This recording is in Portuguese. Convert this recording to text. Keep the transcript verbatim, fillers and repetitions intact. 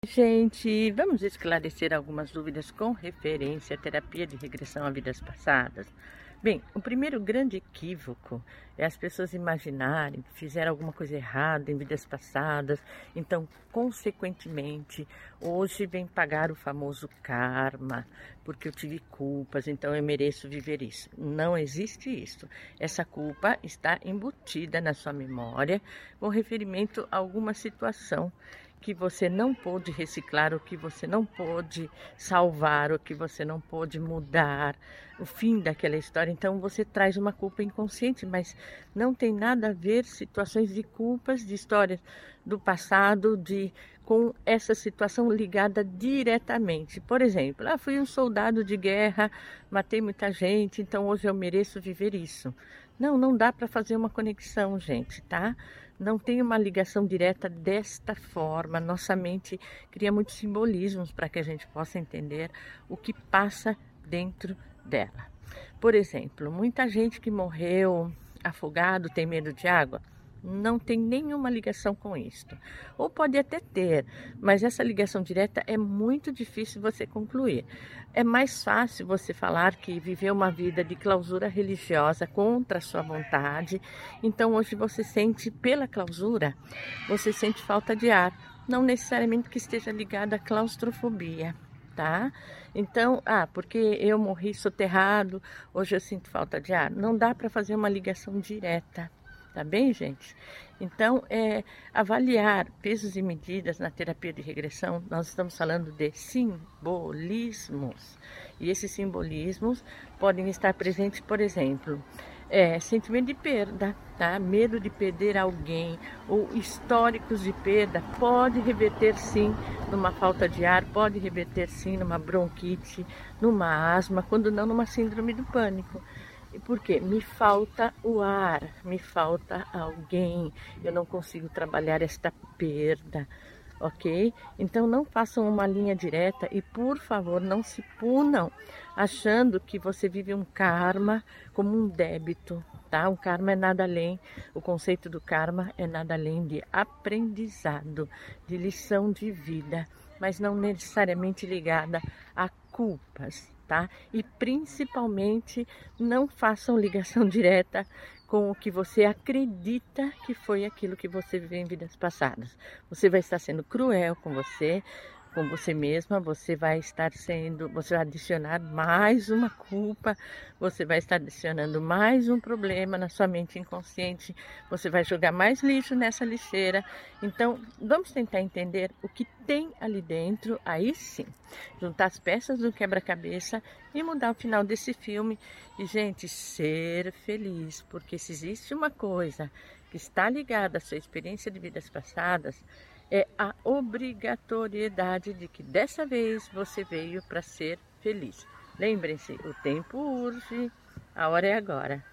Gente, vamos esclarecer algumas dúvidas com referência à terapia de regressão a vidas passadas. Bem, o primeiro grande equívoco é as pessoas imaginarem que fizeram alguma coisa errada em vidas passadas, então, consequentemente, hoje vem pagar o famoso karma, porque eu tive culpas, então eu mereço viver isso. Não existe isso. Essa culpa está embutida na sua memória com referimento a alguma situação que você não pôde reciclar, o que você não pôde salvar, o que você não pôde mudar, o fim daquela história. Então você traz uma culpa inconsciente, mas não tem nada a ver situações de culpas, de histórias do passado, de com essa situação ligada diretamente. Por exemplo, ah, fui um soldado de guerra, matei muita gente, então hoje eu mereço viver isso. Não, não dá para fazer uma conexão, gente, tá? Não tem uma ligação direta desta forma. Nossa mente cria muitos simbolismos para que a gente possa entender o que passa dentro dela. Por exemplo, muita gente que morreu afogado tem medo de água. Não tem nenhuma ligação com isto. Ou pode até ter, mas essa ligação direta é muito difícil você concluir. É mais fácil você falar que viveu uma vida de clausura religiosa contra a sua vontade. Então hoje você sente, pela clausura, você sente falta de ar. Não necessariamente que esteja ligada à claustrofobia, tá? Então, ah, porque eu morri soterrado, hoje eu sinto falta de ar. Não dá para fazer uma ligação direta. Tá bem, gente? Então, é, avaliar pesos e medidas na terapia de regressão, nós estamos falando de simbolismos. E esses simbolismos podem estar presentes, por exemplo, é, sentimento de perda, tá? Medo de perder alguém ou históricos de perda, pode reverter sim numa falta de ar, pode reverter sim numa bronquite, numa asma, quando não numa síndrome do pânico. Por quê? Me falta o ar, me falta alguém, eu não consigo trabalhar esta perda, ok? Então não façam uma linha direta e, por favor, não se punam achando que você vive um karma como um débito, tá? O karma é nada além, o conceito do karma é nada além de aprendizado, de lição de vida, mas não necessariamente ligada a culpas. Tá? E principalmente não façam ligação direta com o que você acredita que foi aquilo que você viveu em vidas passadas. Você vai estar sendo cruel com você, com você mesma, você vai estar sendo, você vai adicionar mais uma culpa, você vai estar adicionando mais um problema na sua mente inconsciente, você vai jogar mais lixo nessa lixeira. Então, vamos tentar entender o que tem ali dentro, aí sim, juntar as peças do quebra-cabeça e mudar o final desse filme. E, gente, ser feliz, porque se existe uma coisa que está ligada à sua experiência de vidas passadas, é a obrigatoriedade de que dessa vez você veio para ser feliz. Lembrem-se, o tempo urge, a hora é agora.